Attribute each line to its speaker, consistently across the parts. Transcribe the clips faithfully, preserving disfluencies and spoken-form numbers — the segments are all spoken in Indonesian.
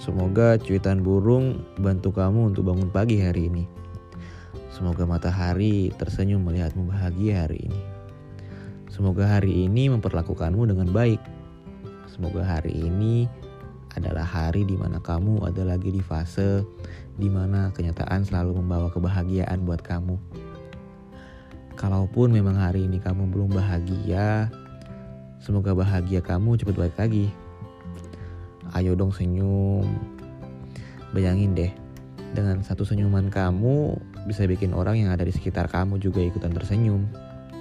Speaker 1: Semoga cuitan burung bantu kamu untuk bangun pagi hari ini. Semoga matahari tersenyum melihatmu bahagia hari ini. Semoga hari ini memperlakukanmu dengan baik. Semoga hari ini adalah hari di mana kamu ada lagi di fase di mana kenyataan selalu membawa kebahagiaan buat kamu. Kalaupun memang hari ini kamu belum bahagia, semoga bahagia kamu cepat balik lagi. Ayo dong senyum. Bayangin deh, dengan satu senyuman kamu bisa bikin orang yang ada di sekitar kamu juga ikutan tersenyum.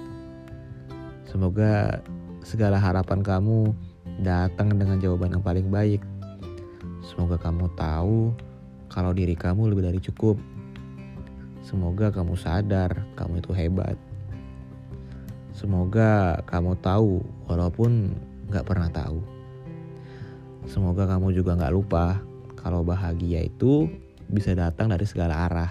Speaker 1: Semoga segala harapan kamu datang dengan jawaban yang paling baik. Semoga kamu tahu kalau diri kamu lebih dari cukup. Semoga kamu sadar kamu itu hebat. Semoga kamu tahu walaupun gak pernah tahu. Semoga kamu juga gak lupa kalau bahagia itu bisa datang dari segala arah.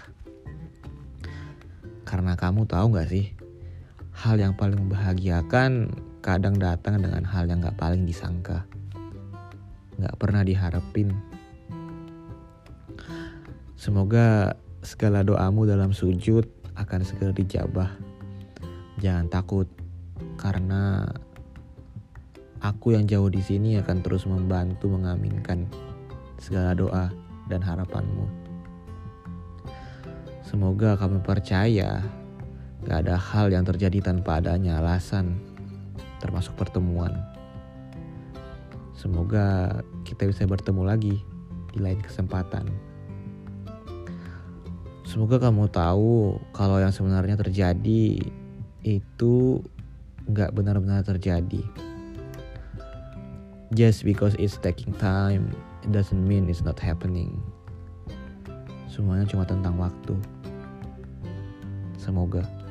Speaker 1: Karena kamu tahu gak sih, hal yang paling membahagiakan kadang datang dengan hal yang gak paling disangka, gak pernah diharapin. Semoga segala doamu dalam sujud akan segera dijabah. Jangan takut, karena aku yang jauh di sini akan terus membantu mengaminkan segala doa dan harapanmu. Semoga kamu percaya gak ada hal yang terjadi tanpa adanya alasan, termasuk pertemuan. Semoga kita bisa bertemu lagi di lain kesempatan. Semoga kamu tahu kalau yang sebenarnya terjadi itu gak benar-benar terjadi. Just because it's taking time, it doesn't mean it's not happening. Semuanya cuma tentang waktu. Semoga.